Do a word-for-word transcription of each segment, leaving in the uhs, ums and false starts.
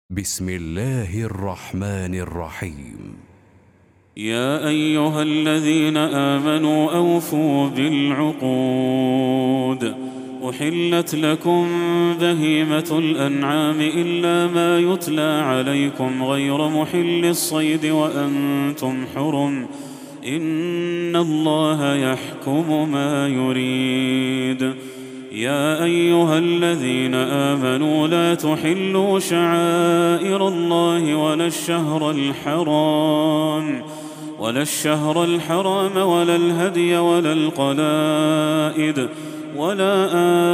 بسم الله الرحمن الرحيم. يا أيها الذين آمنوا أوفوا بالعقود. أحلت لكم بهيمة الأنعام إلا ما يتلى عليكم غير محل الصيد وأنتم حرم، إن الله يحكم ما يريد. يا أيها الذين آمنوا لا تحلوا شعائر الله ولا الشهر الحرام ولا الشهر الحرام ولا الهدي ولا القلائد ولا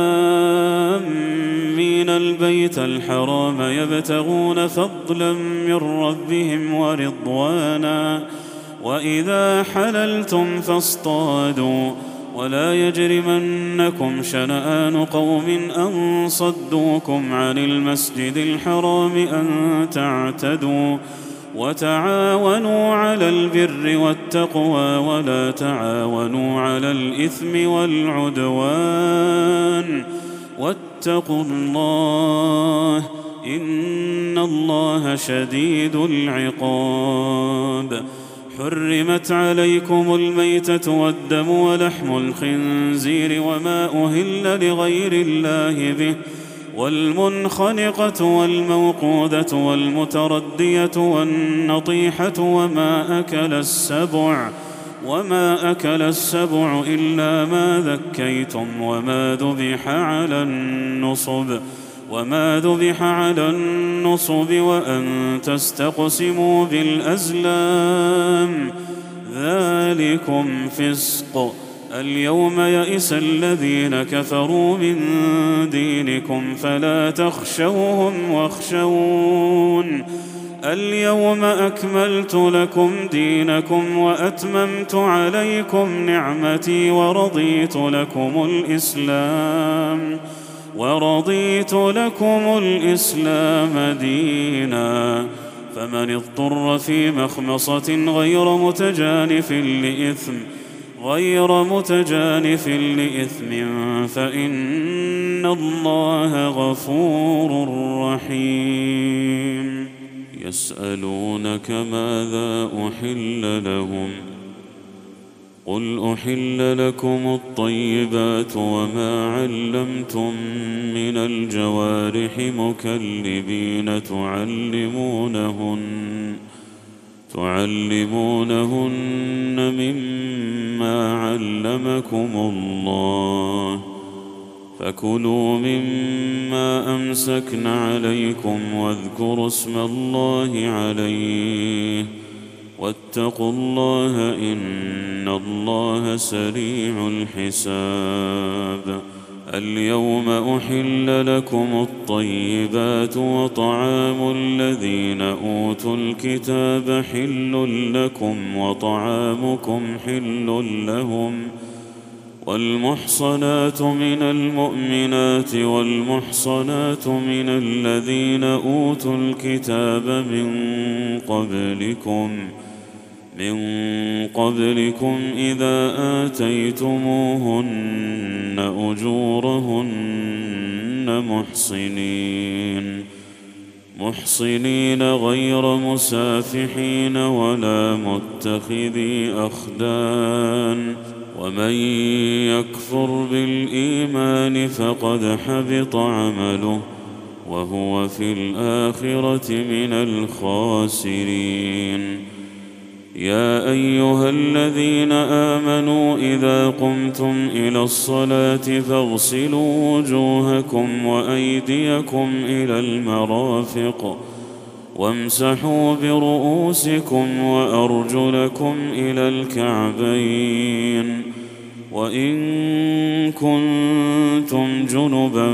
آمين البيت الحرام يبتغون فضلا من ربهم ورضوانا. وإذا حللتم فاصطادوا ولا يجرمنكم شنآن قوم أن صدوكم عن المسجد الحرام أن تعتدوا. وتعاونوا على البر والتقوى ولا تعاونوا على الإثم والعدوان، واتقوا الله إن الله شديد العقاب. حرمت عليكم الميتة والدم ولحم الخنزير وما أهل لغير الله به، والمنخنقة والموقوذة والمتردية والنطيحة وما أكل السبع وما أكل السبع إلا ما ذكيتم وما ذبح على النصب وما ذبح على النصب وأن تستقسموا بالأزلام، ذلكم فسق. اليوم يئس الذين كفروا من دينكم فلا تخشوهم واخشون. اليوم أكملت لكم دينكم وأتممت عليكم نعمتي ورضيت لكم الإسلام ورضيت لكم الإسلام دينا. فمن اضطر في مخمصة غير متجانف لإثم غير متجانف لإثم فإن الله غفور رحيم. يسألونك ماذا أحل لهم، قل أحل لكم الطيبات وما علمتم من الجوارح مكلبين تعلمونهن تعلمونهن مما علمكم الله، فكلوا مما أمسكن عليكم واذكروا اسم الله عليه واتقوا الله إن الله سريع الحساب. اليوم أحل لكم الطيبات وطعام الذين أوتوا الكتاب حل لكم وطعامكم حل لهم، والمحصنات من المؤمنات والمحصنات من الذين أوتوا الكتاب من قبلكم من قبلكم إذا آتيتموهن أجورهن محصنين محصنين غير مسافحين ولا متخذي أخدان، ومن يكفر بالإيمان فقد حبط عمله وهو في الآخرة من الخاسرين. يا أيها الذين آمنوا إذا قمتم إلى الصلاة فاغسلوا وجوهكم وأيديكم إلى المرافق وامسحوا برؤوسكم وأرجلكم إلى الكعبين، وإن كنتم جنبا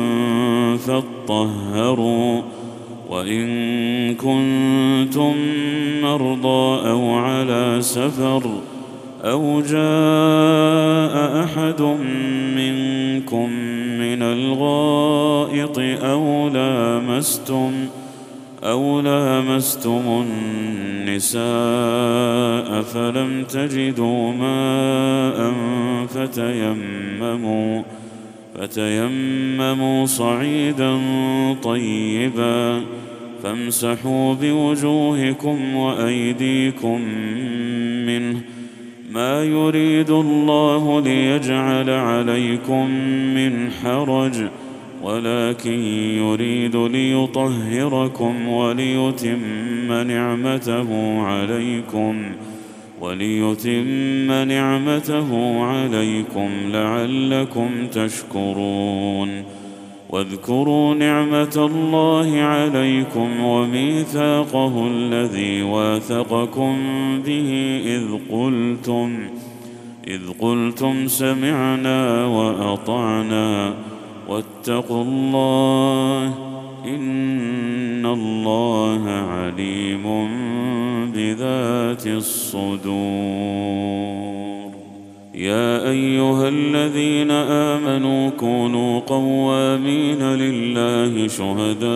فاطهروا، وإن كنتم مرضى أو على سفر أو جاء أحد منكم من الغائط أو لامستم أو لامستم النساء فلم تجدوا ماء فتيمموا فتيمموا صعيدا طيبا فامسحوا بوجوهكم وأيديكم منه، ما يريد الله ليجعل عليكم من حرج، ولكن يريد ليطهركم وليتم نعمته عليكم وليتم نعمته عليكم لعلكم تشكرون. واذكروا نعمة الله عليكم وميثاقه الذي واثقكم به إذ قلتم إذ قلتم سمعنا وأطعنا واتقوا الله إن الله عليم بذات الصدور. يا أيها الذين آمنوا كونوا قوامين لله شهداء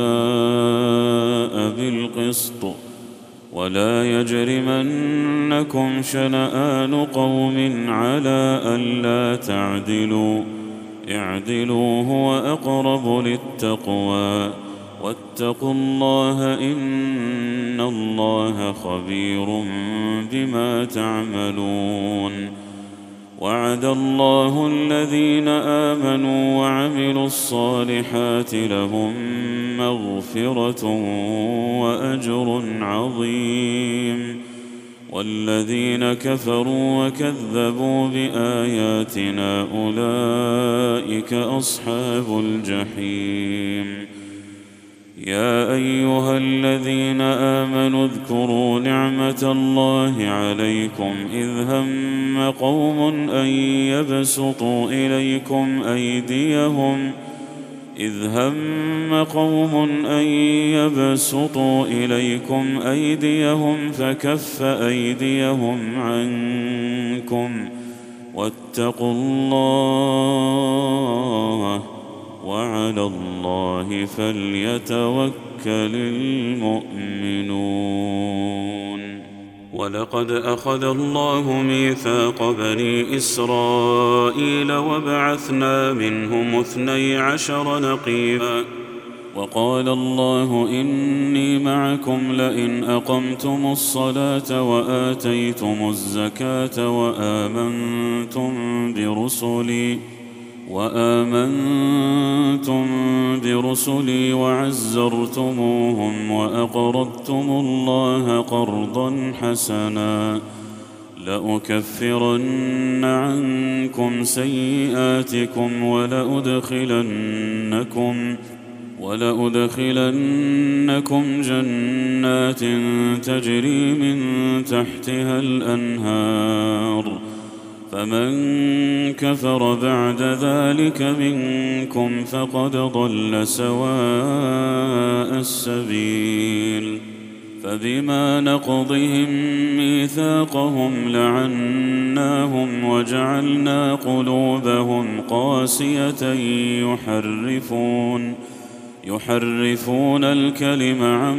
بالقسط، ولا يجرمنكم شنآن قوم على ألا تعدلوا، اعدلوا هو أقرب للتقوى، واتقوا الله إن الله خبير بما تعملون. وعد الله الذين آمنوا وعملوا الصالحات لهم مغفرة وأجر عظيم، والذين كفروا وكذبوا بآياتنا أولئك أصحاب الجحيم. يا أيها الذين آمنوا اذكروا نعمة الله عليكم إذ هم قوم أن يبسطوا إليكم أيديهم إذ هم قوم أن يبسطوا إليكم أيديهم فكف أيديهم عنكم واتقوا الله وعلى الله فليتوكل المؤمنون. ولقد أخذ الله ميثاق بني إسرائيل وبعثنا منهم اثني عشر نقيبا، وقال الله إني معكم لئن أقمتم الصلاة وآتيتم الزكاة وآمنتم برسلي وآمنتم برسلي وعزرتموهم وأقرضتم الله قرضا حسنا لأكفرن عنكم سيئاتكم ولأدخلنكم ولأدخلنكم جنات تجري من تحتها الأنهار، فمن كفر بعد ذلك منكم فقد ضل سواء السبيل. فبما نقضهم ميثاقهم لعناهم وجعلنا قلوبهم قاسية يحرفون يحرفون الكلم عن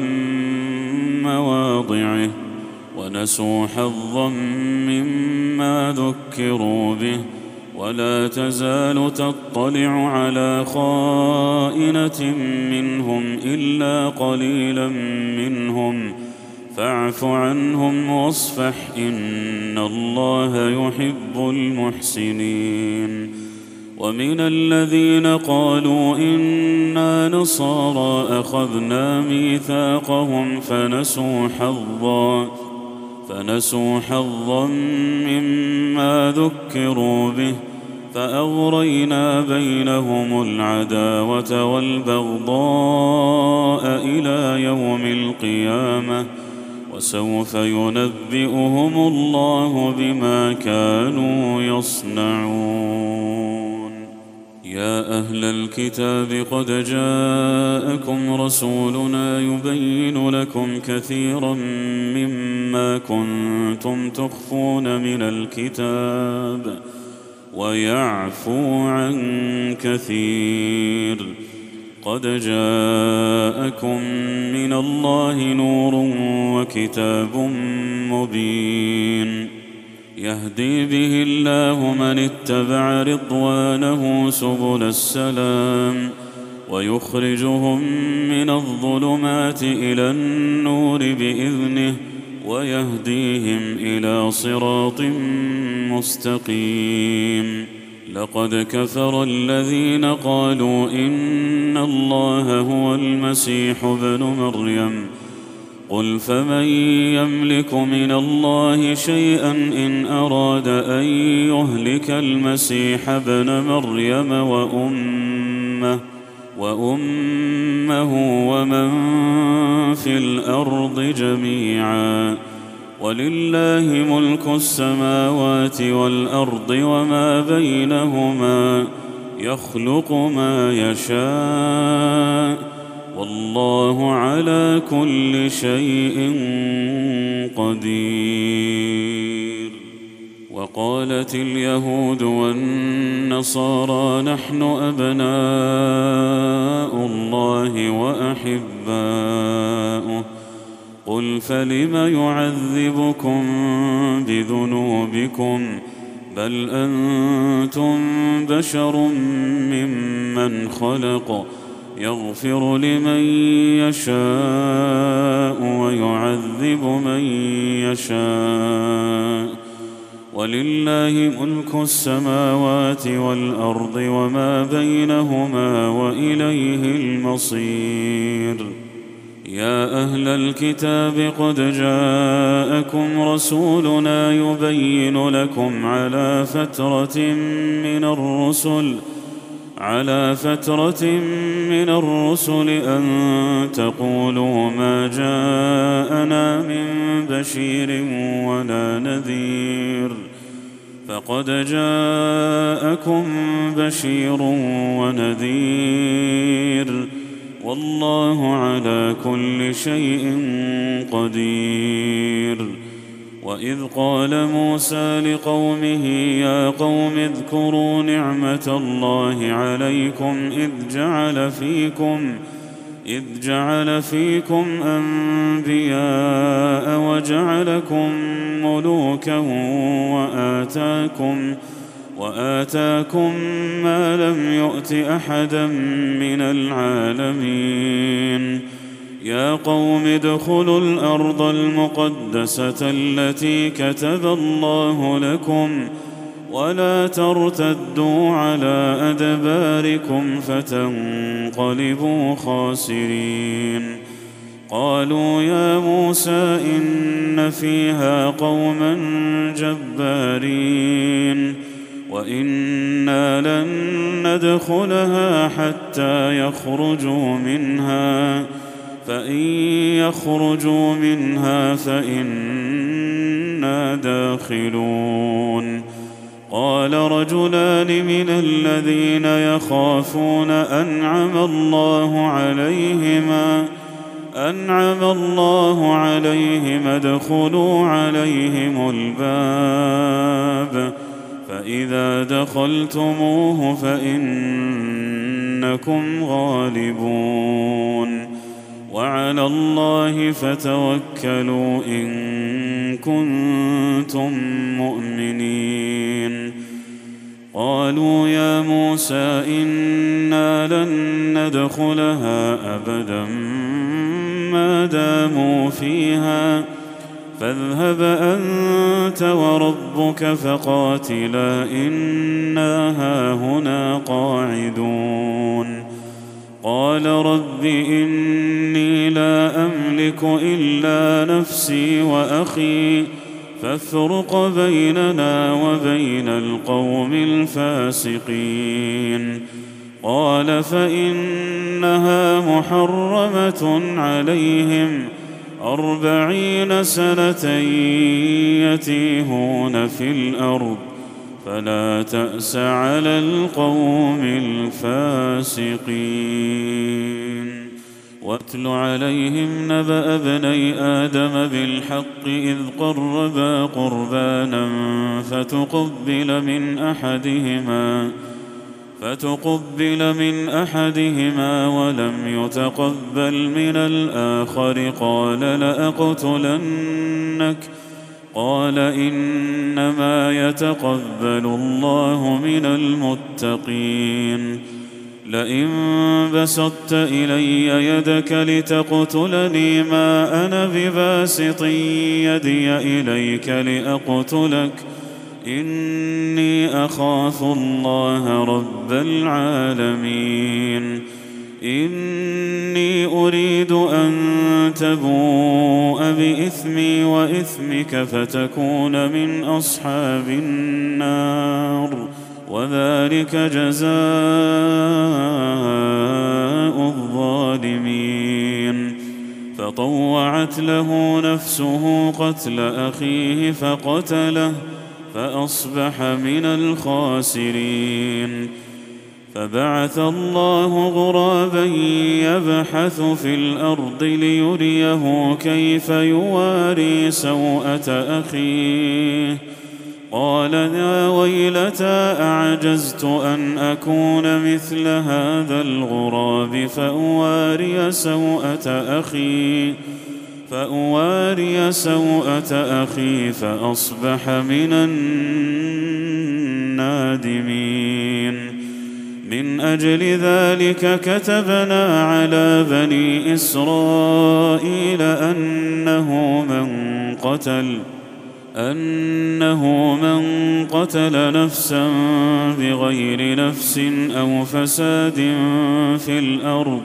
مواضعه ونسوا حظا مما ذكروا به، ولا تزال تطلع على خائنة منهم إلا قليلا منهم فاعف عنهم واصفح إن الله يحب المحسنين. ومن الذين قالوا إنا نصارى أخذنا ميثاقهم فنسوا حظا فنسوا حظا مما ذكروا به فأغرينا بينهم العداوة والبغضاء إلى يوم القيامة، وسوف ينبئهم الله بما كانوا يصنعون. يا أهل الكتاب قد جاءكم رسولنا يبين لكم كثيرا مما كنتم تخفون من الكتاب ويعفو عن كثير، قد جاءكم من الله نور وكتاب مبين يهدي به الله من اتبع رضوانه سبل السلام، ويخرجهم من الظلمات إلى النور بإذنه ويهديهم إلى صراط مستقيم. لقد كفر الذين قالوا إن الله هو المسيح ابن مريم قل فمن يملك من الله شيئا إن أراد أن يهلك المسيح ابن مريم وأمه وأمه ومن في الأرض جميعا ولله ملك السماوات والأرض وما بينهما يخلق ما يشاء والله على كل شيء قدير. وقالت اليهود والنصارى نحن أبناء الله وأحباؤه قل فلم يعذبكم بذنوبكم بل أنتم بشر ممن خلق يغفر لمن يشاء ويعذب من يشاء ولله ملك السماوات والأرض وما بينهما وإليه المصير. يا أهل الكتاب قد جاءكم رسولنا يبين لكم على فترة من الرسل على فترة من الرسل أن تقولوا ما جاءنا من بشير ولا نذير فقد جاءكم بشير ونذير والله على كل شيء قدير. وإذ قال موسى لقومه يا قوم اذكروا نعمة الله عليكم إذ جعل فيكم إذ جعل فيكم أنبياء وجعلكم ملوكا وآتاكم وآتاكم ما لم يؤت أحدا من العالمين. يا قوم ادخلوا الأرض المقدسة التي كتب الله لكم ولا ترتدوا على أدباركم فتنقلبوا خاسرين. قالوا يا موسى إن فيها قوما جبارين وإنا لن ندخلها حتى يخرجوا منها فإن يخرجوا منها فإنا داخلون. قال رجلان من الذين يخافون أنعم الله عليهما أنعم الله عليهم ادخلوا عليهم الباب فإذا دخلتموه فإنكم غالبون وعلى الله فتوكلوا إن كنتم مؤمنين. قالوا يا موسى إنا لن ندخلها أبدا ما داموا فيها فاذهب أنت وربك فقاتلا إنا هاهنا قاعدون. قال رب إني لا أملك إلا نفسي وأخي فافرق بيننا وبين القوم الفاسقين. قال فإنها محرمة عليهم أربعين سنة يتيهون في الأرض فلا تأس على القوم الفاسقين. واتل عليهم نبأ ابني آدم بالحق إذ قربا قربانا فتقبل من أحدهما فتقبل من أحدهما ولم يتقبل من الآخر قال لأقتلنك قال إنما يتقبل الله من المتقين. لئن بسطت إلي يدك لتقتلني ما أنا بباسط يدي إليك لأقتلك إني أخاف الله رب العالمين إني أريد أن تبوء بإثمي وإثمك فتكون من أصحاب النار وذلك جزاء الظالمين فطوعت له نفسه قتل أخيه فقتله فأصبح من الخاسرين فبعث الله غرابا يبحث في الأرض ليريه كيف يواري سوءة أخيه قال يا ويلتى أعجزت أن أكون مثل هذا الغراب فأواري سوءة أخي فأواري سوءة أخي فأصبح من النادمين من أجل ذلك كتبنا على بني إسرائيل أنه من قتل أنه من قتل نفسا بغير نفس أو فساد في الأرض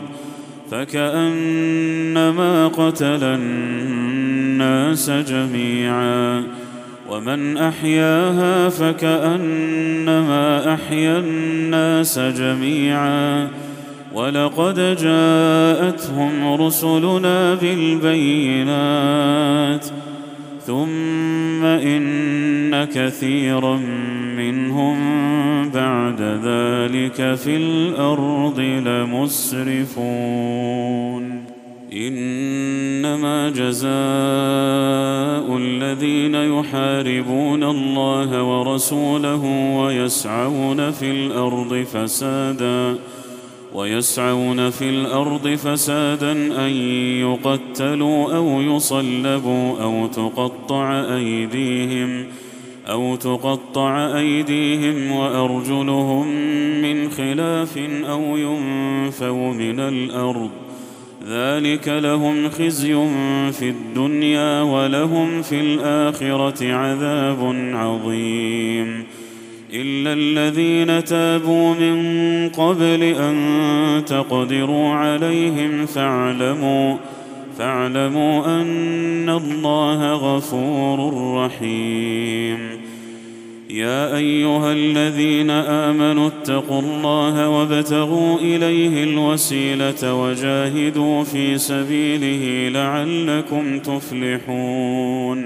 فكأنما قتل الناس جميعا ومن أحياها فكأنما أحيا الناس جميعا ولقد جاءتهم رسلنا بالبينات ثم إن كثيرا منهم بعد ذلك في الأرض لمسرفون إنما جزاء الذين يحاربون الله ورسوله ويسعون في الأرض فسادا ويسعون في الأرض فسادا أن يقتلوا أو يصلبوا أو تقطع أيديهم أو تقطع أيديهم وأرجلهم من خلاف أو ينفوا من الأرض ذلك لهم خزي في الدنيا ولهم في الآخرة عذاب عظيم إلا الذين تابوا من قبل أن تقدروا عليهم فاعلموا فاعلموا أن الله غفور رحيم يا أيها الذين آمنوا اتقوا الله وابتغوا إليه الوسيلة وجاهدوا في سبيله لعلكم تفلحون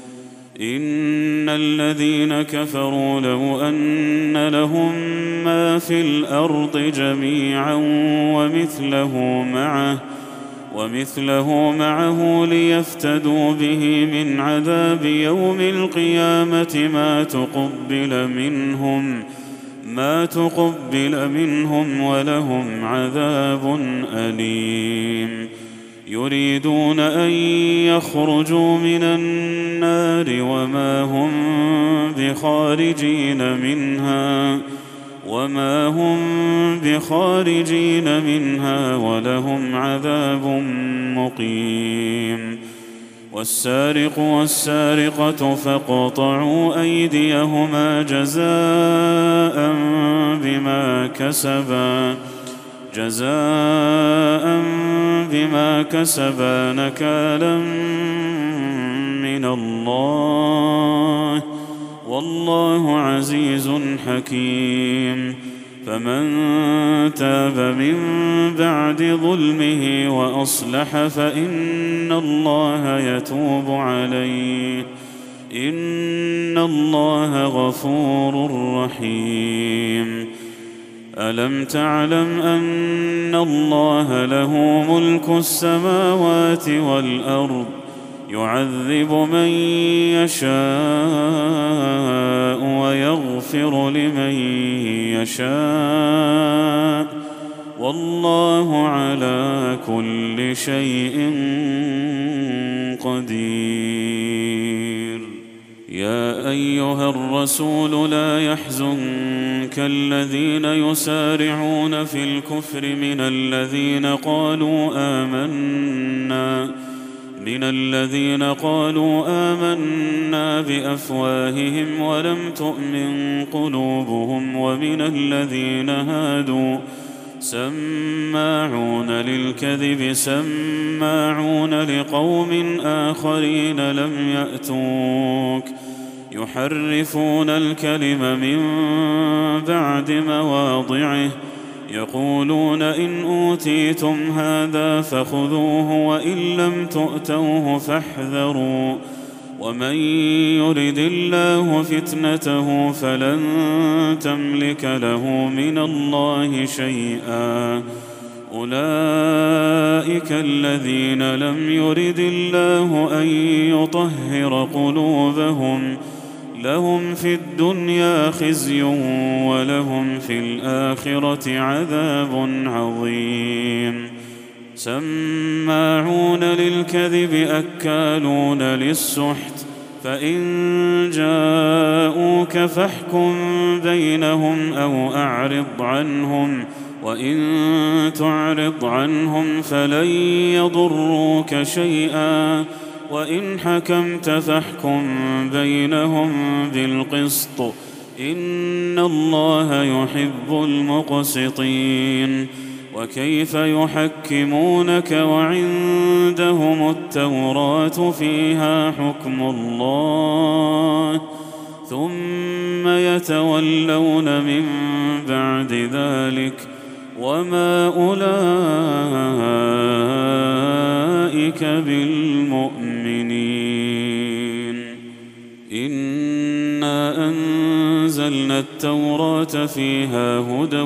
إن الذين كفروا لو أن لهم ما في الأرض جميعا ومثله معه ومثله معه ليفتدوا به من عذاب يوم القيامة ما تقبل منهم ما تقبل منهم ولهم عذاب أليم يريدون أن يخرجوا من النار وما هم بخارجين منها وما هم بخارجين منها ولهم عذاب مقيم والسارق والسارقة فاقطعوا أيديهما جزاء بما كسبا جزاء بما كسبا نكالا من الله والله عزيز حكيم فمن تاب من بعد ظلمه وأصلح فإن الله يتوب عليه إن الله غفور رحيم ألم تعلم أن الله له ملك السماوات والأرض يعذب من يشاء ويغفر لمن يشاء والله على كل شيء قدير يا أيها الرسول لا يحزنك الذين يسارعون في الكفر من الذين قالوا آمنا من الذين قالوا آمنا بأفواههم ولم تؤمن قلوبهم ومن الذين هادوا سماعون للكذب سماعون لقوم آخرين لم يأتوك يحرفون الكلم من بعد مواضعه يقولون إن أوتيتم هذا فخذوه وإن لم تؤتوه فاحذروا ومن يرد الله فتنته فلن تملك له من الله شيئا أولئك الذين لم يرد الله أن يطهر قلوبهم لهم في الدنيا خزي ولهم في الآخرة عذاب عظيم سماعون للكذب أكالون للسحت فإن جاءوك فاحكم بينهم أو أعرض عنهم وإن تعرض عنهم فلن يضروك شيئا وإن حكمت فاحكم بينهم بالقسط إن الله يحب المقسطين وكيف يحكمونك وعندهم التوراة فيها حكم الله ثم يتولون من بعد ذلك وما أولئك بالمؤمنين إنا أنزلنا التوراة فيها هدى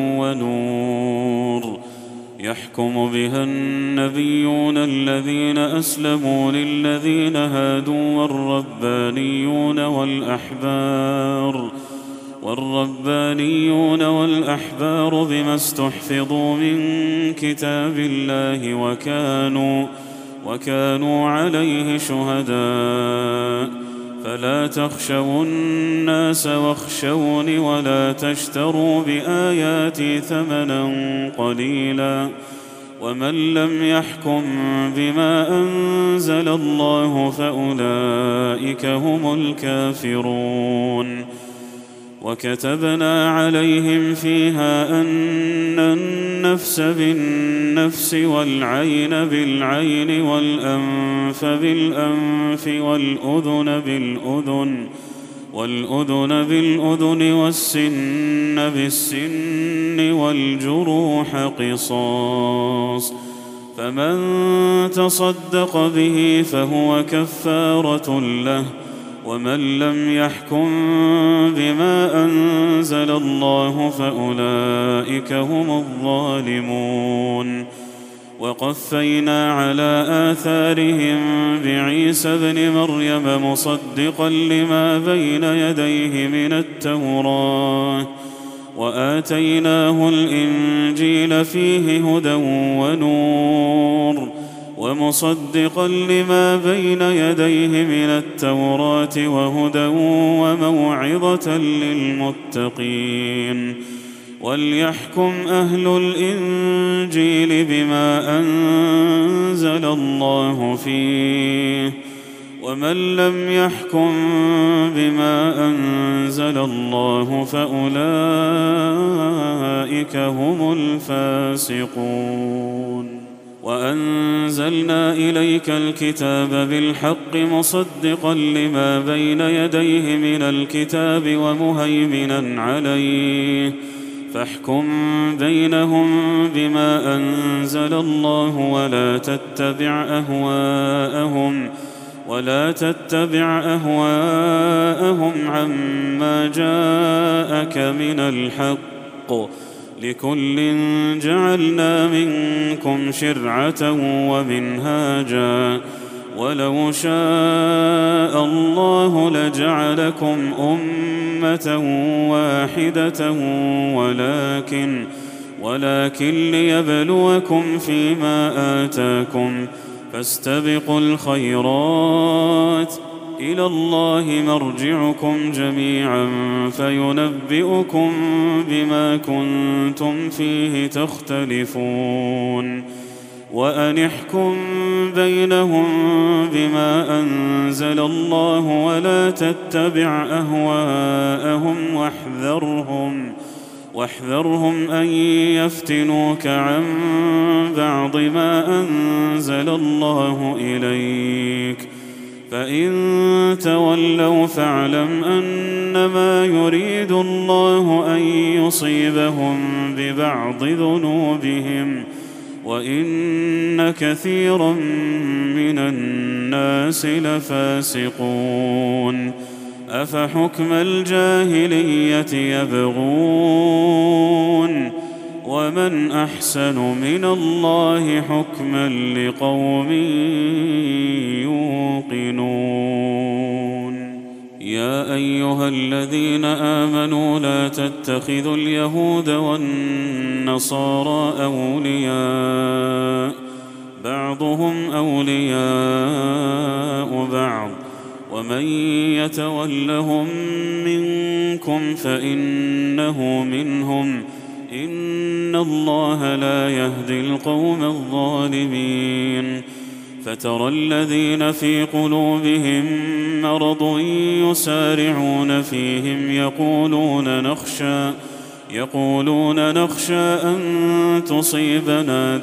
ونور يحكم بها النبيون الذين أسلموا للذين هادوا والربانيون والأحبار والربانيون والأحبار بما استحفظوا من كتاب الله وكانوا وكانوا عليه شهداء فلا تخشوا الناس واخشوني ولا تشتروا بآياتي ثمنا قليلا ومن لم يحكم بما أنزل الله فأولئك هم الكافرون وكتبنا عليهم فيها أن النفس بالنفس والعين بالعين والأنف بالأنف والأذن بالأذن والأذن بالأذن والسن بالسن والجروح قصاص فمن تصدق به فهو كفارة له ومن لم يحكم بما أنزل الله فأولئك هم الظالمون وقفينا على آثارهم بعيسى ابن مريم مصدقا لما بين يديه من التوراة وآتيناه الإنجيل فيه هدى ونور ومصدقا لما بين يديه من التوراة وهدى وموعظة للمتقين وليحكم أهل الإنجيل بما أنزل الله فيه ومن لم يحكم بما أنزل الله فأولئك هم الفاسقون وأنزلنا إليك الكتاب بالحق مصدقا لما بين يديه من الكتاب ومهيمنا عليه فاحكم بينهم بما أنزل الله ولا تتبع أهواءهم ولا تتبع أهواءهم عما جاءك من الحق لكل جعلنا منكم شرعة ومنهاجا ولو شاء الله لجعلكم أمة واحدة ولكن ولكن ليبلوكم فيما آتاكم فاستبقوا الخيرات إلى الله مرجعكم جميعا فينبئكم بما كنتم فيه تختلفون وأن احكم بينهم بما أنزل الله ولا تتبع أهواءهم واحذرهم واحذرهم أن يفتنوك عن بعض ما أنزل الله إليك فإن تولوا فاعلم أنما يريد الله أن يصيبهم ببعض ذنوبهم وإن كثيرا من الناس لفاسقون أفحكم الجاهلية يبغون ومن أحسن من الله حكما لقوم يوقنون يا أيها الذين آمنوا لا تتخذوا اليهود والنصارى أولياء بعضهم أولياء بعض ومن يتولهم منكم فإنه منهم إن الله لا يهدي القوم الظالمين فترى الذين في قلوبهم مرض يسارعون فيهم يقولون نخشى يقولون نخشى أن تصيبنا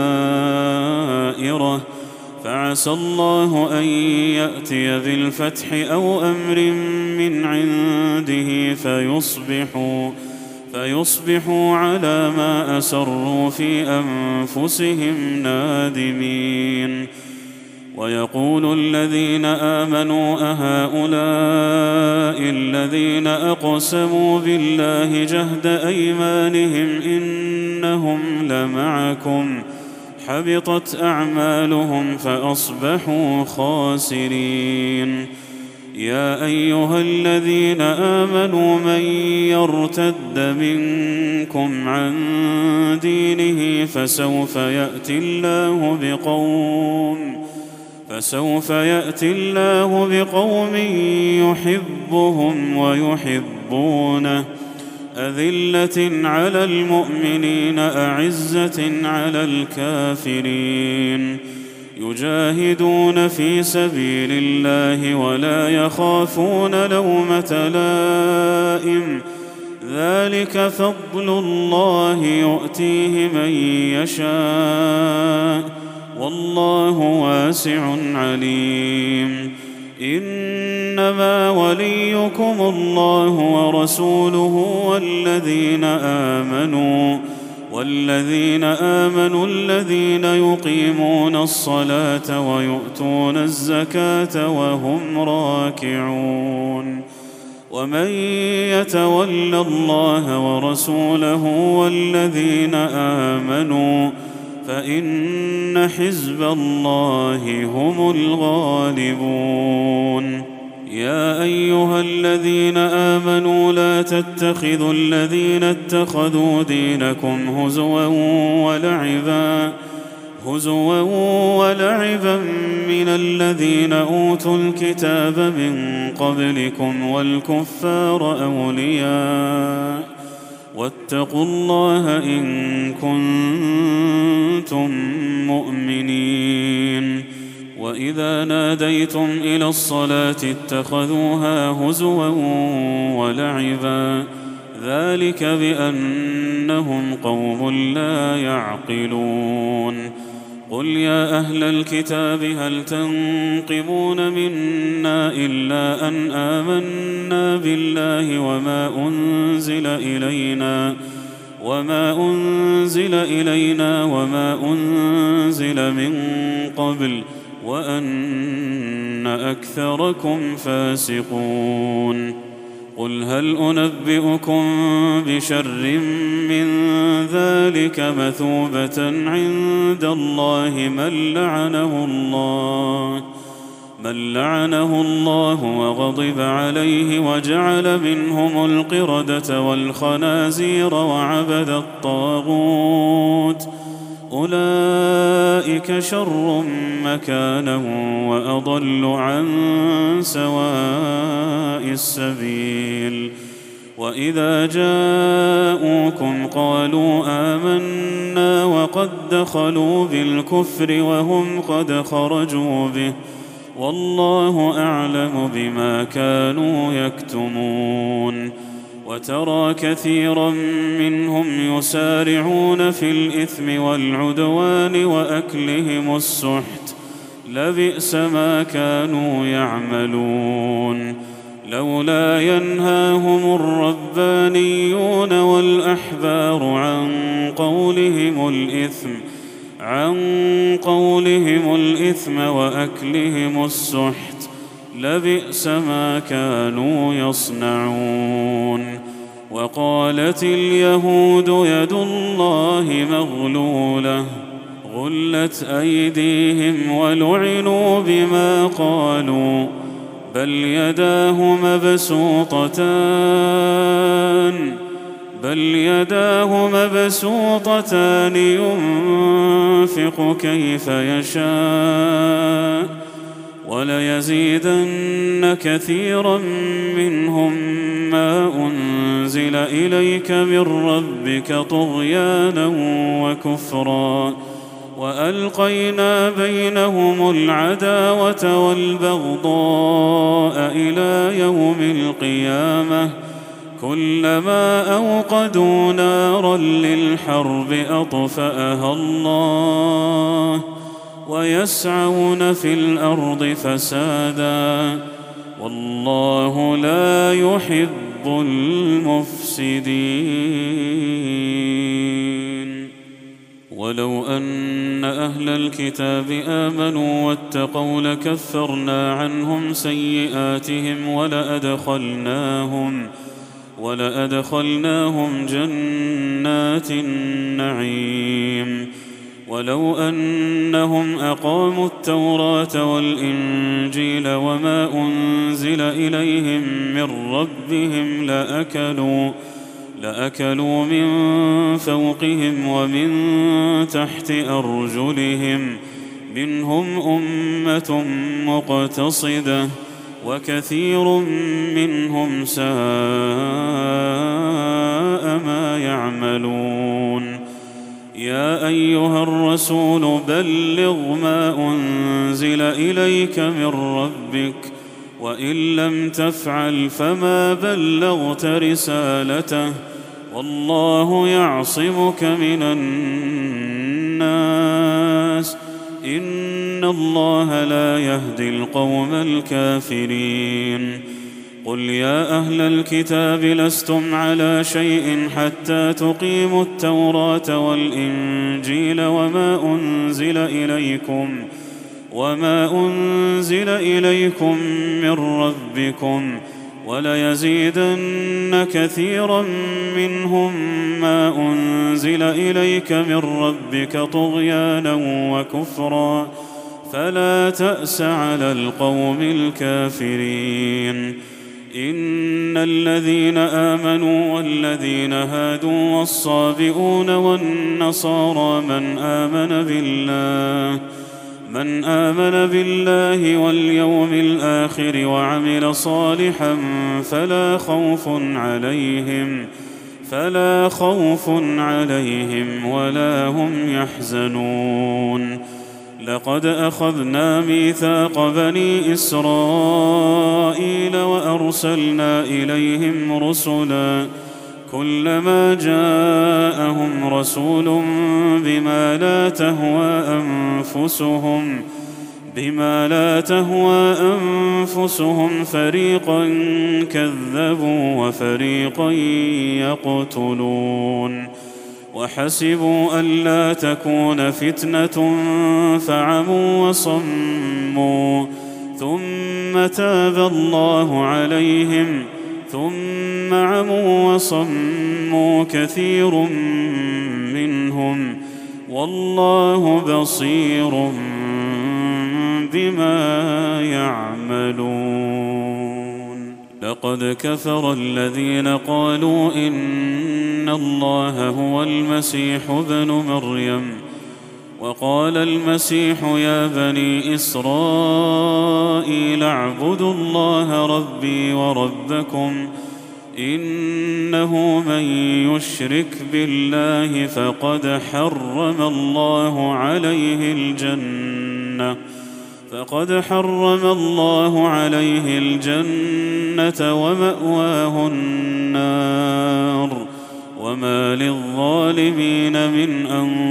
دائرة فعسى الله أن يأتي بالفتح أو أمر من عنده فيصبحوا فيصبحوا على ما أسروا في أنفسهم نادمين ويقول الذين آمنوا أهؤلاء الذين أقسموا بالله جهد أيمانهم إنهم لمعكم حبطت أعمالهم فأصبحوا خاسرين يا أيها الذين آمنوا من يرتد منكم عن دينه فسوف يأتي الله بقوم فسوف يأتي الله بقوم يحبهم ويحبونه أذلة على المؤمنين أعزة على الكافرين يجاهدون في سبيل الله ولا يخافون لومة لائم ذلك فضل الله يؤتيه من يشاء والله واسع عليم إنما وليكم الله ورسوله والذين آمنوا والذين آمنوا الذين يقيمون الصلاة ويؤتون الزكاة وهم راكعون ومن يتول الله ورسوله والذين آمنوا فإن حزب الله هم الغالبون يا أيها الذين آمنوا لا تتخذوا الذين اتخذوا دينكم هزوا ولعبا هزوا ولعبا من الذين أوتوا الكتاب من قبلكم والكفار أولياء واتقوا الله إن كنتم مؤمنين وإذا ناديتم إلى الصلاة اتخذوها هزوا ولعبا ذلك بأنهم قوم لا يعقلون قل يا أهل الكتاب هل تنقمون منا إلا أن آمنا بالله وما أنزل إلينا وما أنزل إلينا وما أنزل من قبل وأن أكثركم فاسقون قل هل أنبئكم بشر من ذلك مثوبة عند الله من لعنه الله من لعنه الله وغضب عليه وجعل منهم القردة والخنازير وعبد الطاغوت أولئك شر مكانا وأضل عن سواء السبيل. وإذا جاءوكم قالوا آمنا وقد دخلوا بالكفر وهم قد خرجوا به والله أعلم بما كانوا يكتمون. وترى كثيرا منهم يسارعون في الإثم والعدوان وأكلهم السحت لبئس ما كانوا يعملون. لولا ينهاهم الربانيون والأحبار عن قولهم الإثم عن قولهم الإثم وأكلهم السحت لبئس ما كانوا يصنعون. وقالت اليهود يد الله مغلولة غلت أيديهم ولعنوا بما قالوا بل يداه مبسوطتان بل يداه مبسوطتان ينفق كيف يشاء وليزيدن كثيرا منهم ما أنزل إليك من ربك طغيانا وكفرا وألقينا بينهم العداوة والبغضاء إلى يوم القيامة كلما أوقدوا نارا للحرب أطفأها الله ويسعون في الأرض فسادا والله لا يحب المفسدين. ولو أن أهل الكتاب آمنوا واتقوا لكفرنا عنهم سيئاتهم ولأدخلناهم ولأدخلناهم جنات النعيم. ولو أنهم أقاموا التوراة والإنجيل وما أنزل إليهم من ربهم لأكلوا لأكلوا من فوقهم ومن تحت أرجلهم منهم أمة مقتصدة وكثير منهم ساء ما يعملون. يا أيها الرسول بلغ ما أنزل إليك من ربك وإن لم تفعل فما بلغت رسالته والله يعصمك من الناس إن الله لا يهدي القوم الكافرين. قل يا أهل الكتاب لستم على شيء حتى تقيموا التوراة والإنجيل وما أنزل إليكم وما أنزل إليكم من ربكم وليزيدن كثيرا منهم ما أنزل إليك من ربك طغيانا وكفرا فلا تأس على القوم الكافرين. إن الذين آمنوا والذين هادوا والصابئون والنصارى من آمن بالله من آمن بالله واليوم الآخر وعمل صالحا فلا خوف عليهم فلا خوف عليهم ولا هم يحزنون. لقد أخذنا ميثاق بني إسرائيل وأرسلنا إليهم رسلا كلما جاءهم رسول بما لا تهوى أنفسهم بما لا تهوى أنفسهم فريقا كذبوا وفريقا يقتلون. وحسبوا ألا تكون فتنة فعموا وصموا ثم تاب الله عليهم ثم عموا وصموا كثير منهم والله بصير بما يعملون. لقد كفر الذين قالوا إن الله هو المسيح ابن مريم وقال المسيح يا بني إسرائيل اعبدوا الله ربي وربكم إنه من يشرك بالله فقد حرم الله عليه الجنة فقد حرم الله عليه الجنة ومأواه النار وما للظالمين من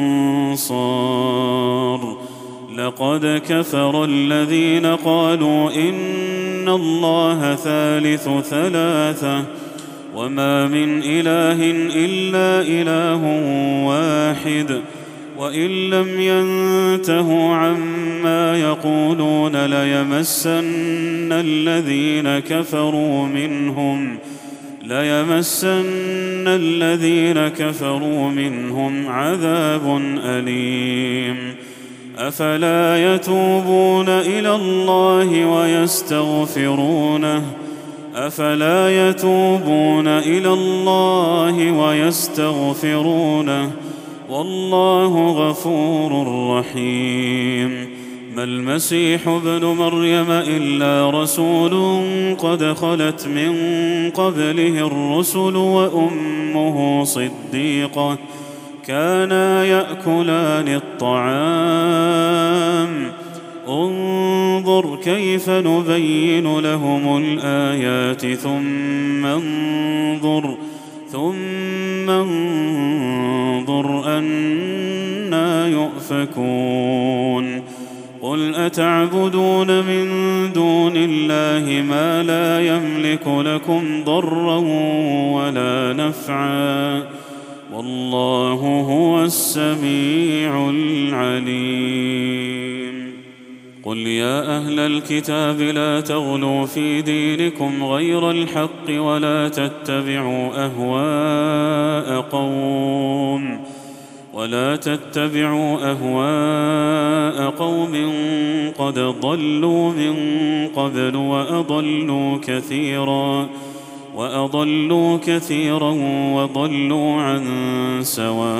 أنصار لقد كفر الذين قالوا إن الله ثالث ثلاثة وما من إله إلا إله واحد وإن لم ينتهوا عما يقولون ليمسن الذين كفروا منهم ليمسن الذين كفروا منهم عذاب أليم أفلا يتوبون إلى الله ويستغفرونه أفلا يتوبون إلى الله ويستغفرونه والله غفور رحيم ما المسيح ابن مريم إلا رسول قد خلت من قبله الرسل وأمه صديقة كانا يأكلان الطعام انظر كيف نبين لهم الآيات ثم انظر ثم انظر أنى يؤفكون قل أتعبدون من دون الله ما لا يملك لكم ضرا ولا نفعا والله هو السميع العليم قل يا أهل الكتاب لا تغلوا في دينكم غير الحق ولا تتبعوا أهواء قوم ولا تتبعوا أهواء قوم قد ضلوا من قبل وأضلوا كثيرا وأضلوا كثيرا وضلوا عن سواء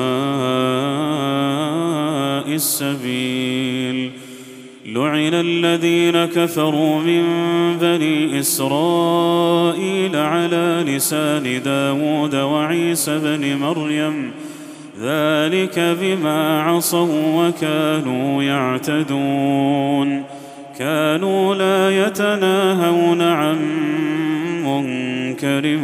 السبيل لعن الذين كفروا من بني إسرائيل على لسان داود وعيسى بن مريم ذلك بما عصوا وكانوا يعتدون كانوا لا يتناهون عن منكر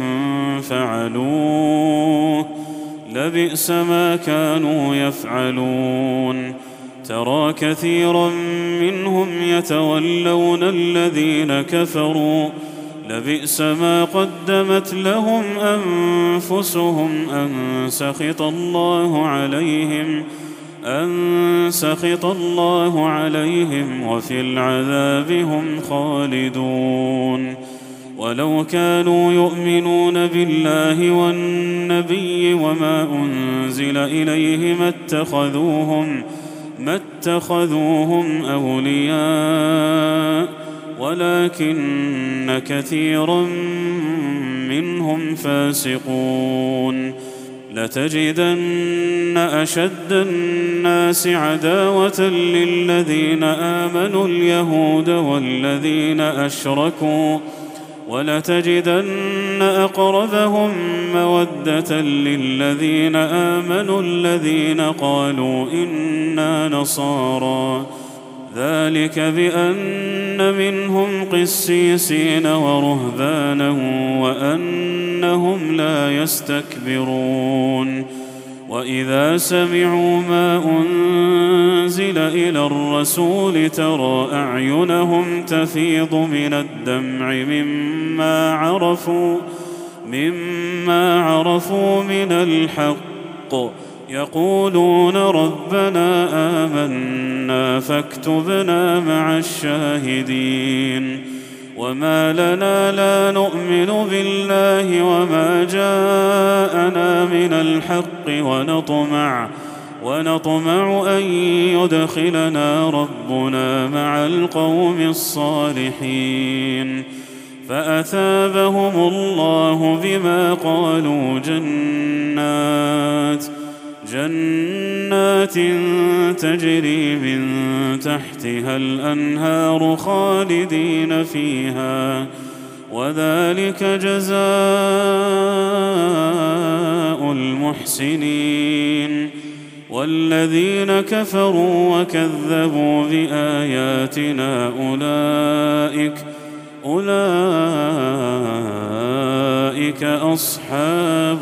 فعلوه لبئس ما كانوا يفعلون ترى كثيرا منهم يتولون الذين كفروا لبئس ما قدمت لهم أنفسهم أن سخط الله عليهم أن سخط الله عليهم وفي العذاب هم خالدون ولو كانوا يؤمنون بالله والنبي وما أنزل إليه ما اتخذوهم ما اتخذوهم أولياء ولكن كثيرا منهم فاسقون لتجدن أشد الناس عداوة للذين آمنوا اليهود والذين أشركوا ولتجدن أقربهم مودة للذين آمنوا الذين قالوا إنا نصارى ذلك بأن منهم قسيسين ورهبانا وأنهم لا يستكبرون وإذا سمعوا ما أنزل إلى الرسول ترى أعينهم تفيض من الدمع مما عرفوا مما عرفوا من الحق يقولون ربنا آمنا فاكتبنا مع الشاهدين وما لنا لا نؤمن بالله وما جاءنا من الحق ونطمع ونطمع أن يدخلنا ربنا مع القوم الصالحين فأثابهم الله بما قالوا جنات جنات تجري من تحتها الأنهار خالدين فيها وذلك جزاء المحسنين. والذين كفروا وكذبوا بآياتنا أولئك أولئك أصحاب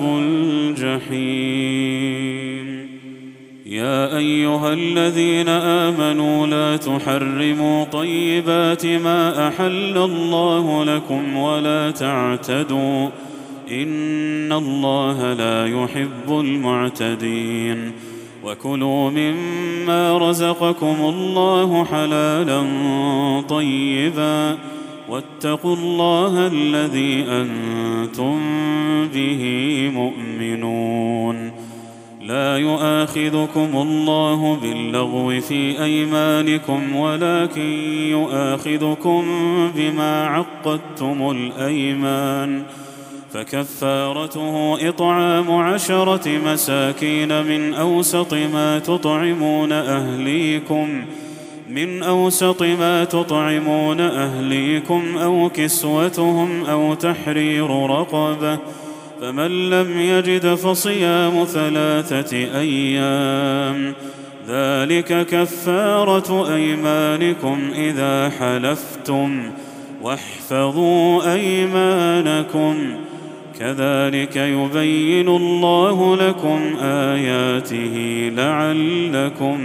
الجحيم. يا أيها الذين آمنوا لا تحرموا طيبات ما أحل الله لكم ولا تعتدوا إن الله لا يحب المعتدين. وكلوا مما رزقكم الله حلالا طيبا واتقوا الله الذي أنتم به مؤمنون. لا يؤاخذكم الله باللغو في أيمانكم ولكن يؤاخذكم بما عقدتم الأيمان فكفارته إطعام عشرة مساكين من أوسط ما تطعمون أهليكم من أوسط ما تطعمون أهليكم أو كسوتهم أو تحرير رقبة فمن لم يجد فصيام ثلاثة أيام ذلك كفارة أيمانكم إذا حلفتم واحفظوا أيمانكم كذلك يبين الله لكم آياته لعلكم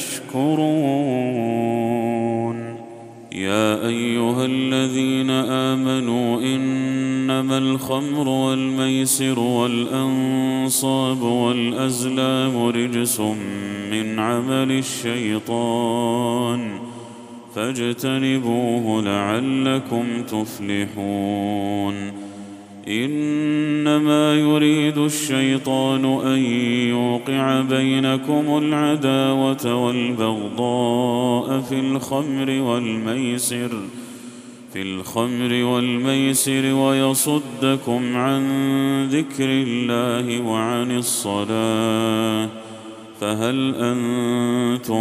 تشكرون. يا أيها الذين آمنوا إنما الخمر والميسر والأنصاب والأزلام رجس من عمل الشيطان فاجتنبوه لعلكم تفلحون. إنما يريد الشيطان أن يوقع بينكم العداوة والبغضاء في الخمر والميسر في الخمر والميسر ويصدكم عن ذكر الله وعن الصلاة فهل أنتم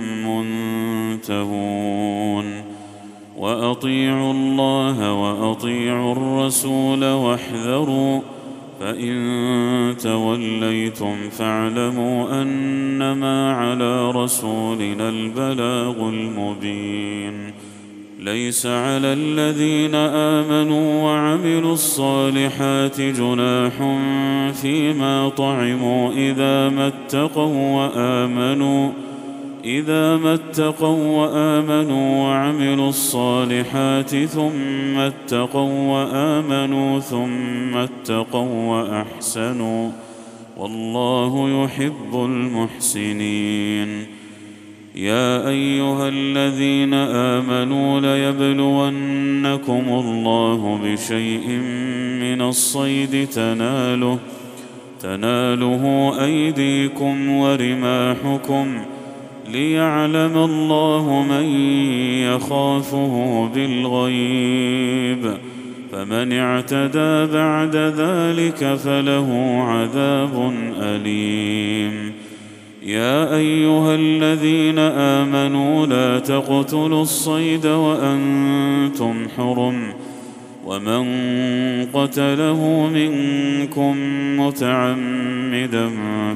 منتهون؟ وأطيعوا الله وأطيعوا الرسول واحذروا فإن توليتم فاعلموا أنما على رسولنا البلاغ المبين. ليس على الذين آمنوا وعملوا الصالحات جناح فيما طعموا إذا ما اتقوا وآمنوا إذا ما اتقوا وآمنوا وعملوا الصالحات ثم اتقوا وآمنوا ثم اتقوا وأحسنوا والله يحب المحسنين. يا أيها الذين آمنوا ليبلونكم الله بشيء من الصيد تناله تناله أيديكم ورماحكم ليعلم الله من يخافه بالغيب فمن اعتدى بعد ذلك فله عذاب أليم. يا أيها الذين آمنوا لا تقتلوا الصيد وأنتم حرم ومن قتله منكم متعمدا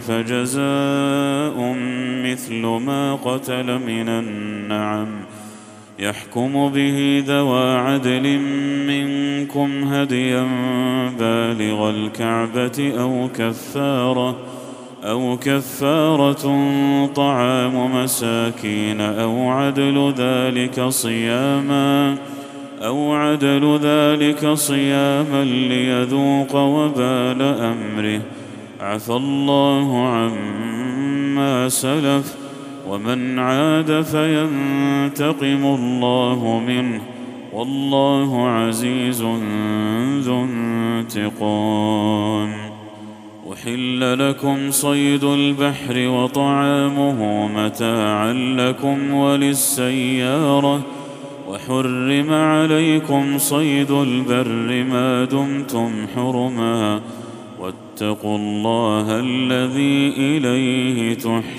فجزاء مثل ما قتل من النعم يحكم به ذوى عدل منكم هديا بالغ الكعبة أو كفارة أو كفارة طعام مساكين أو عدل ذلك صياما أو عدل ذلك صياما ليذوق وبال أمره عفى الله عما سلف ومن عاد فينتقم الله منه والله عزيز ذو انتقام. أحل لكم صيد البحر وطعامه متاعا لكم وللسيارة وحرم عليكم صيد البر ما دمتم حرما واتقوا الله الذي إليه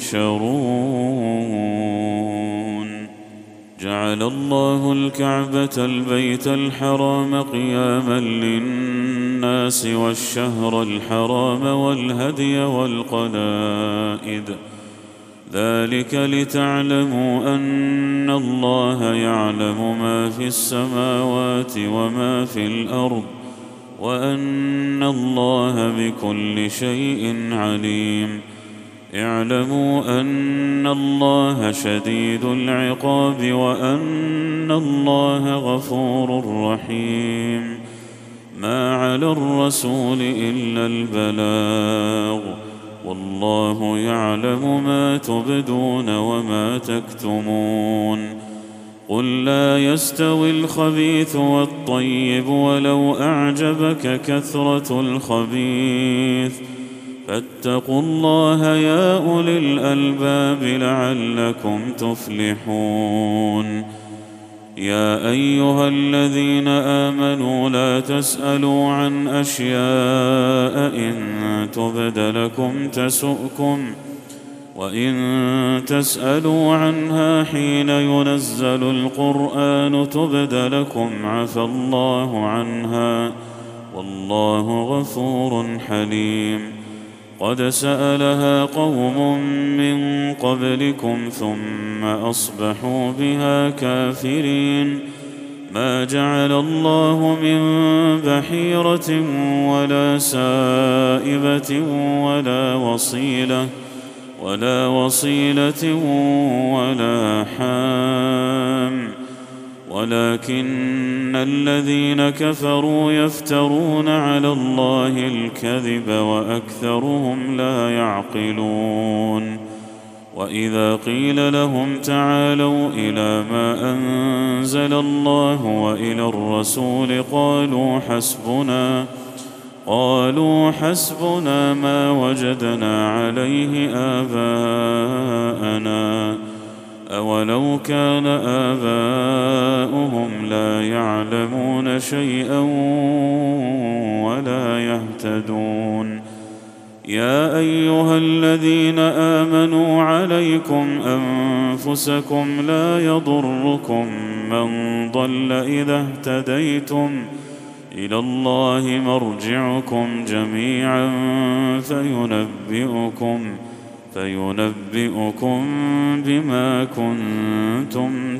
تحشرون. جعل الله الكعبة البيت الحرام قياما للناس والشهر الحرام والهدي والقلائد، ذلك لتعلموا أن الله يعلم ما في السماوات وما في الأرض، وأن الله بكل شيء عليم. اعلموا أن الله شديد العقاب وأن الله غفور رحيم. ما على الرسول إلا البلاغ، والله يعلم ما تبدون وما تكتمون. قل لا يستوي الخبيث والطيب ولو أعجبك كثرة الخبيث، فاتقوا الله يا أولي الألباب لعلكم تفلحون. يا أيها الذين آمنوا لا تسألوا عن أشياء إن تبد لكم تسؤكم، وإن تسألوا عنها حين ينزل القرآن تبد لكم عفى الله عنها، والله غفور حليم. قد سألها قوم من قبلكم ثم أصبحوا بها كافرين. ما جعل الله من بحيرة ولا سائبة ولا وصيلة ولا وصيلة ولا حام، ولكن الذين كفروا يفترون على الله الكذب وأكثرهم لا يعقلون. وإذا قيل لهم تعالوا إلى ما أنزل الله وإلى الرسول قالوا حسبنا قالوا حسبنا ما وجدنا عليه آباءنا أولو كان آباؤهم لا يعلمون شيئا ولا يهتدون. يا أيها الذين آمنوا عليكم أنفسكم لا يضركم من ضل إذا اهتديتم، إلى الله مرجعكم جميعا فينبئكم فينبئكم بما كنتم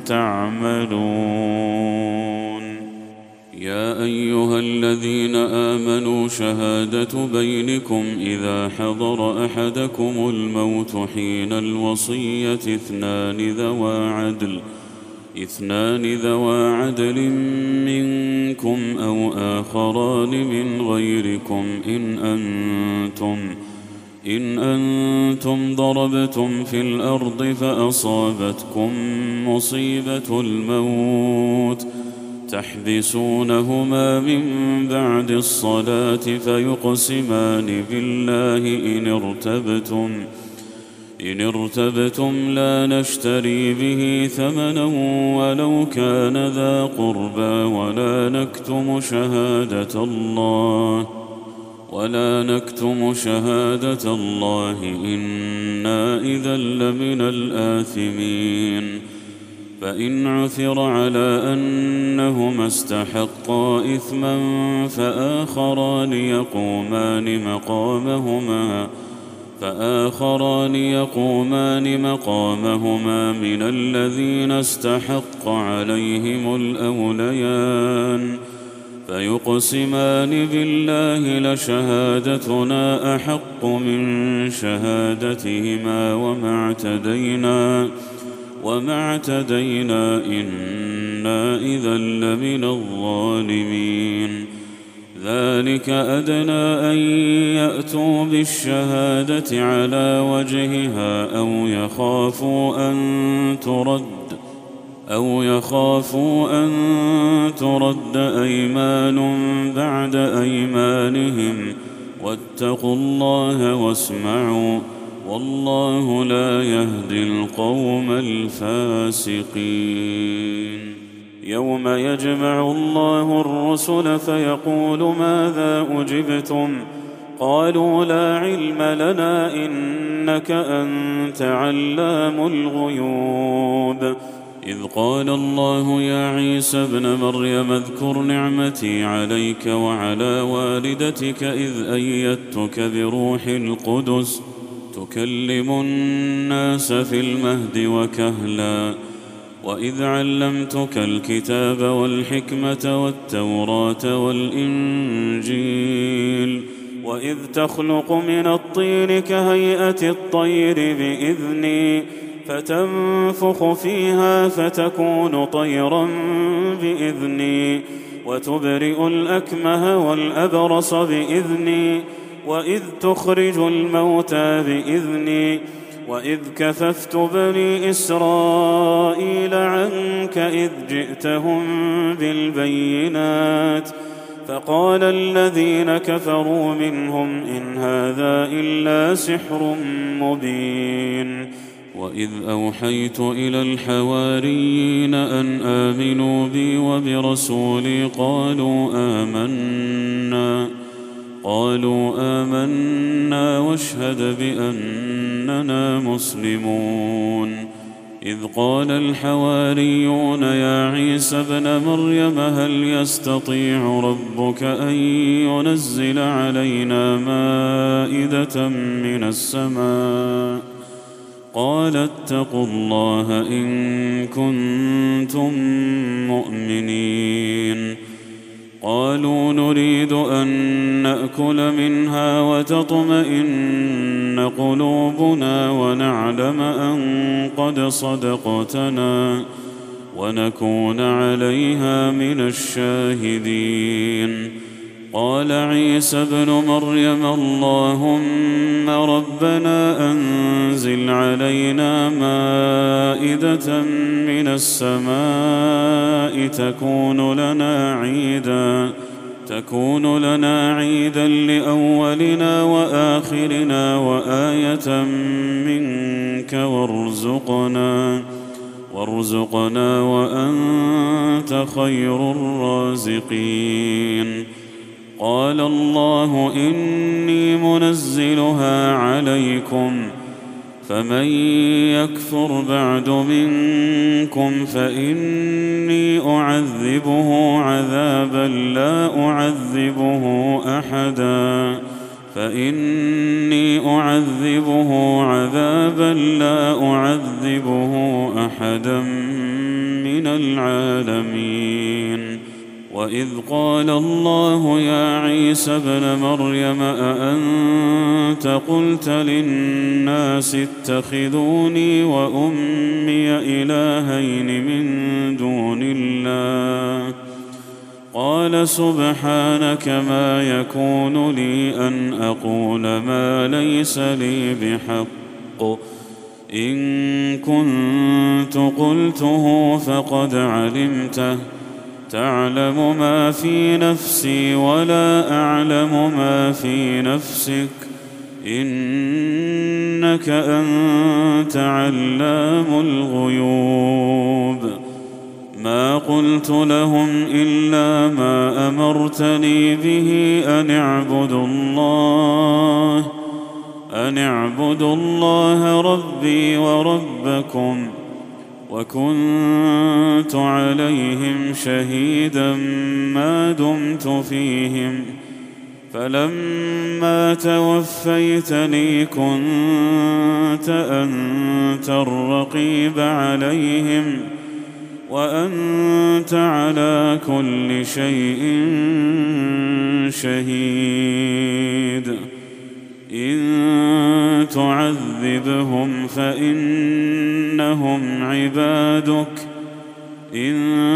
تعملون. يا أيها الذين آمنوا شهادة بينكم إذا حضر أحدكم الموت حين الوصية اثنان ذوى عدل اثنان ذوى عدل منكم أو آخران من غيركم إن أنتم إن أنتم ضربتم في الأرض فأصابتكم مصيبة الموت تحبسونهما من بعد الصلاة فيقسمان بالله إن ارتبتم إن ارتبتم لا نشتري به ثمنا ولو كان ذا قربى ولا نكتم شهادة الله ولا نكتم شهادة الله إنا إذا لمن الآثمين. فإن عثر على أنهما استحقا إثما فآخران يقومان مقامهما فآخران يقومان مقامهما من الذين استحق عليهم الأوليان فيقسمان بالله لشهادتنا أحق من شهادتهما وما اعتدينا وما اعتدينا إنا إذا لمن الظالمين. ذلك أدنى أن يأتوا بالشهادة على وجهها أو يخافوا أن ترد أو يخافوا أن ترد أيمان بعد أيمانهم واتقوا الله واسمعوا والله لا يهدي القوم الفاسقين. يوم يجمع الله الرسل فيقول ماذا أجبتم قالوا لا علم لنا إنك أنت علام الغيوب. إذ قال الله يا عيسى ابن مريم اذكر نعمتي عليك وعلى والدتك إذ أيدتك بروح القدس تكلم الناس في المهد وكهلا وإذ علمتك الكتاب والحكمة والتوراة والإنجيل وإذ تخلق من الطين كهيئة الطير بإذني فتنفخ فيها فتكون طيرا بإذني وتبرئ الأكمه والأبرص بإذني وإذ تخرج الموتى بإذني وإذ كففت بني إسرائيل عنك إذ جئتهم بالبينات فقال الذين كفروا منهم إن هذا إلا سحر مبين. وإذ أوحيت إلى الحواريين أن آمنوا بي وبرسولي قالوا آمنا قالوا آمنا واشهد بأننا مسلمون. إذ قال الحواريون يا عيسى ابن مريم هل يستطيع ربك أن ينزل علينا مائدة من السماء قال اتقوا الله إن كنتم مؤمنين. قالوا نريد أن نأكل منها وتطمئن قلوبنا ونعلم أن قد صدقتنا ونكون عليها من الشاهدين. قال عيسى ابن مريم اللهم ربنا أنزل علينا مائدة من السماء تكون لنا عيدا تكون لنا عيدا لأولنا وآخرنا وآية منك وارزقنا وارزقنا وأنت خير الرازقين. قال الله إني منزلها عليكم فمن يكفر بعد منكم فإني أعذبه عذابا لا أعذبه أحدا فإني أعذبه عذابا لا أعذبه أحدا من العالمين. وإذ قال الله يا عيسى ابن مريم أأنت قلت للناس اتخذوني وأمي إلهين من دون الله قال سبحانك ما يكون لي أن أقول ما ليس لي بحق إن كنت قلته فقد علمته تعلم ما في نفسي ولا أعلم ما في نفسك إنك أنت علام الغيوب. ما قلت لهم إلا ما أمرتني به أن اعبدوا الله أن اعبدوا الله ربي وربكم وكنت عليهم شهيدا ما دمت فيهم فلما توفيتني كنت أنت الرقيب عليهم وأنت على كل شيء شهيد. إن تعذبهم فإنهم عبادك إن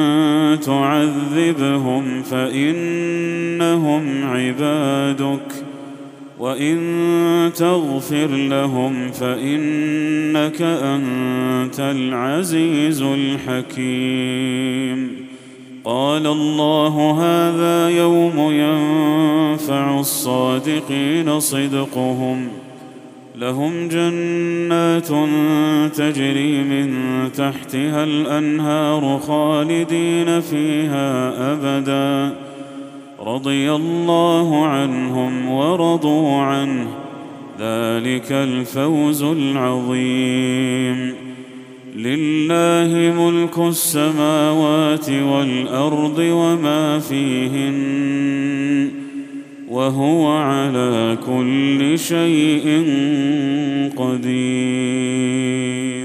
تعذبهم فإنهم عبادك وإن تغفر لهم فإنك أنت العزيز الحكيم. قال الله هذا يوم ينفع الصادقين صدقهم لهم جنات تجري من تحتها الأنهار خالدين فيها أبدا رضي الله عنهم ورضوا عنه، ذلك الفوز العظيم. لله ملك السماوات والأرض وما فيهن، وهو على كل شيء قدير.